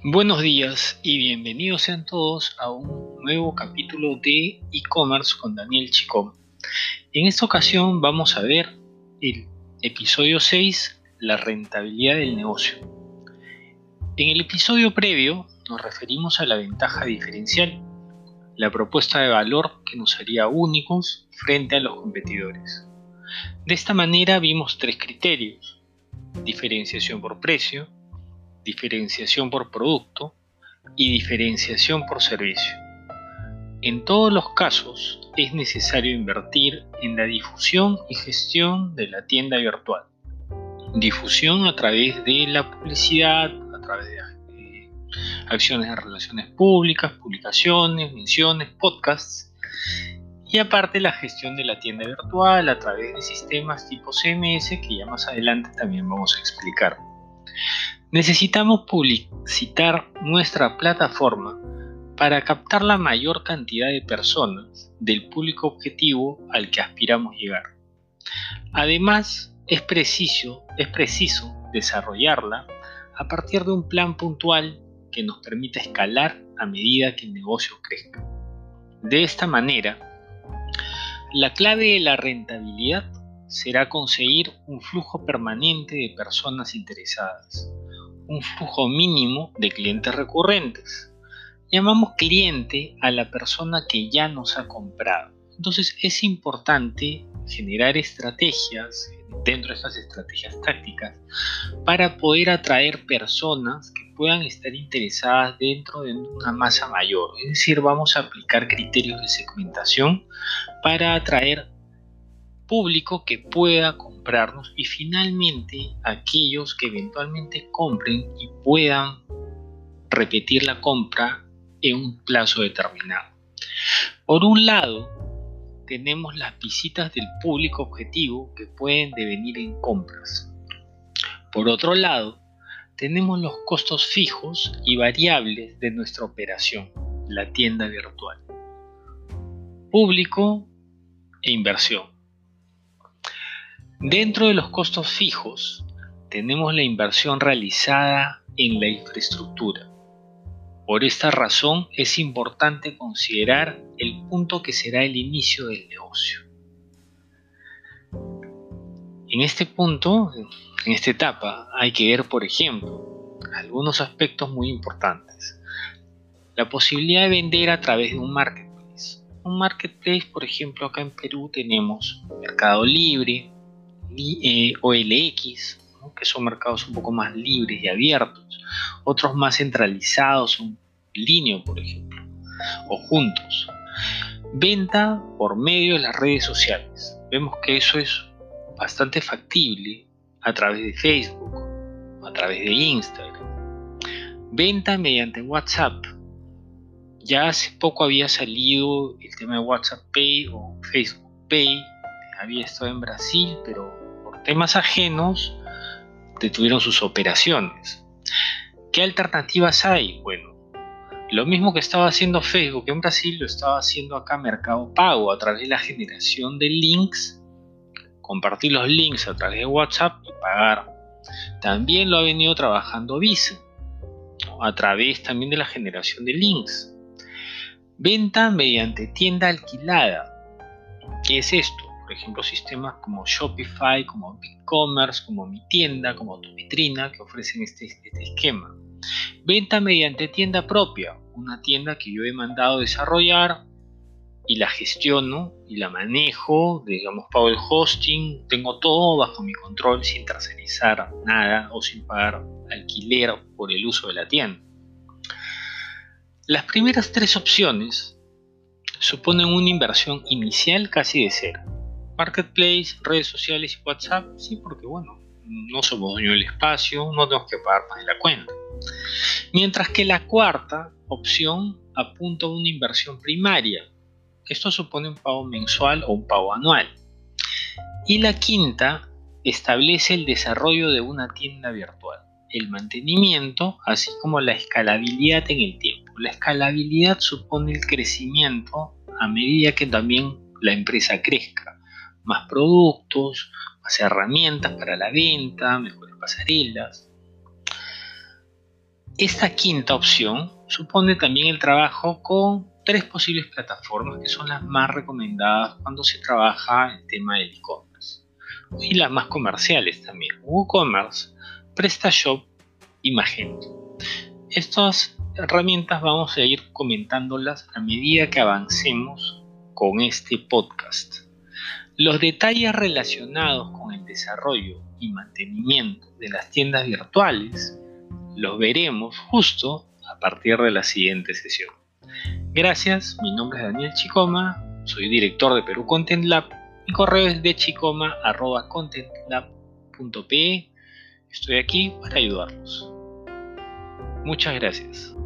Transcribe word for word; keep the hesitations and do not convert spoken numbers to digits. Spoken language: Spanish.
Buenos días y bienvenidos sean todos a un nuevo capítulo de e-commerce con Daniel Chicón. En esta ocasión vamos a ver el episodio seis, la rentabilidad del negocio. En el episodio previo nos referimos a la ventaja diferencial, la propuesta de valor que nos haría únicos frente a los competidores. De esta manera vimos tres criterios: diferenciación por precio, diferenciación por producto y diferenciación por servicio. En todos los casos es necesario invertir en la difusión y gestión de la tienda virtual. Difusión a través de la publicidad, a través de eh, acciones de relaciones públicas, publicaciones, menciones, podcasts, y aparte la gestión de la tienda virtual a través de sistemas tipo C M S que ya más adelante también vamos a explicar. Necesitamos publicitar nuestra plataforma para captar la mayor cantidad de personas del público objetivo al que aspiramos llegar. Además, es preciso, es preciso desarrollarla a partir de un plan puntual que nos permita escalar a medida que el negocio crezca. De esta manera, la clave de la rentabilidad será conseguir un flujo permanente de personas interesadas, un flujo mínimo de clientes recurrentes. Llamamos cliente a la persona que ya nos ha comprado. Entonces es importante generar estrategias dentro de estas estrategias tácticas para poder atraer personas que puedan estar interesadas dentro de una masa mayor. Es decir, vamos a aplicar criterios de segmentación para atraer público que pueda comprarnos y finalmente aquellos que eventualmente compren y puedan repetir la compra en un plazo determinado. Por un lado, tenemos las visitas del público objetivo que pueden devenir en compras. Por otro lado, tenemos los costos fijos y variables de nuestra operación, la tienda virtual. Público e inversión. Dentro de los costos fijos, tenemos la inversión realizada en la infraestructura. Por esta razón, es importante considerar el punto que será el inicio del negocio. En este punto, en esta etapa, hay que ver, por ejemplo, algunos aspectos muy importantes. La posibilidad de vender a través de un marketplace. Un marketplace, por ejemplo, acá en Perú tenemos Mercado Libre, Eh, O L X, ¿no? Que son mercados un poco más libres y abiertos, otros más centralizados, un Linio, por ejemplo, o Juntos. Venta por medio de las redes sociales. Vemos que eso es bastante factible a través de Facebook, a través de Instagram. Venta mediante WhatsApp. Ya hace poco había salido el tema de WhatsApp Pay o Facebook Pay. Había estado en Brasil, pero por temas ajenos detuvieron sus operaciones. ¿Qué alternativas hay? Bueno, lo mismo que estaba haciendo Facebook en Brasil, lo estaba haciendo acá Mercado Pago a través de la generación de links, compartir los links a través de WhatsApp y pagar. También lo ha venido trabajando Visa, ¿no? A través también de la generación de links. Venta mediante tienda alquilada. ¿Qué es esto? Por ejemplo, sistemas como Shopify, como BigCommerce, como Mi Tienda, como Tu Vitrina, que ofrecen este, este esquema. Venta mediante tienda propia, una tienda que yo he mandado desarrollar y la gestiono y la manejo, digamos, pago el hosting, tengo todo bajo mi control sin tercerizar nada o sin pagar alquiler por el uso de la tienda. Las primeras tres opciones suponen una inversión inicial casi de cero. Marketplace, redes sociales y WhatsApp, sí, porque bueno, no somos dueños del espacio, no tenemos que pagar más de la cuenta. Mientras que la cuarta opción apunta a una inversión primaria. Esto supone un pago mensual o un pago anual. Y la quinta establece el desarrollo de una tienda virtual, el mantenimiento, así como la escalabilidad en el tiempo. La escalabilidad supone el crecimiento a medida que también la empresa crezca. Más productos, más herramientas para la venta, mejores pasarelas. Esta quinta opción supone también el trabajo con tres posibles plataformas que son las más recomendadas cuando se trabaja el tema del e-commerce y las más comerciales también: WooCommerce, PrestaShop y Magento. Estas herramientas vamos a ir comentándolas a medida que avancemos con este podcast. Los detalles relacionados con el desarrollo y mantenimiento de las tiendas virtuales los veremos justo a partir de la siguiente sesión. Gracias, mi nombre es Daniel Chicoma, soy director de Perú Content Lab. Mi correo es de chicoma arroba contentlab punto pe. Estoy aquí para ayudarlos. Muchas gracias.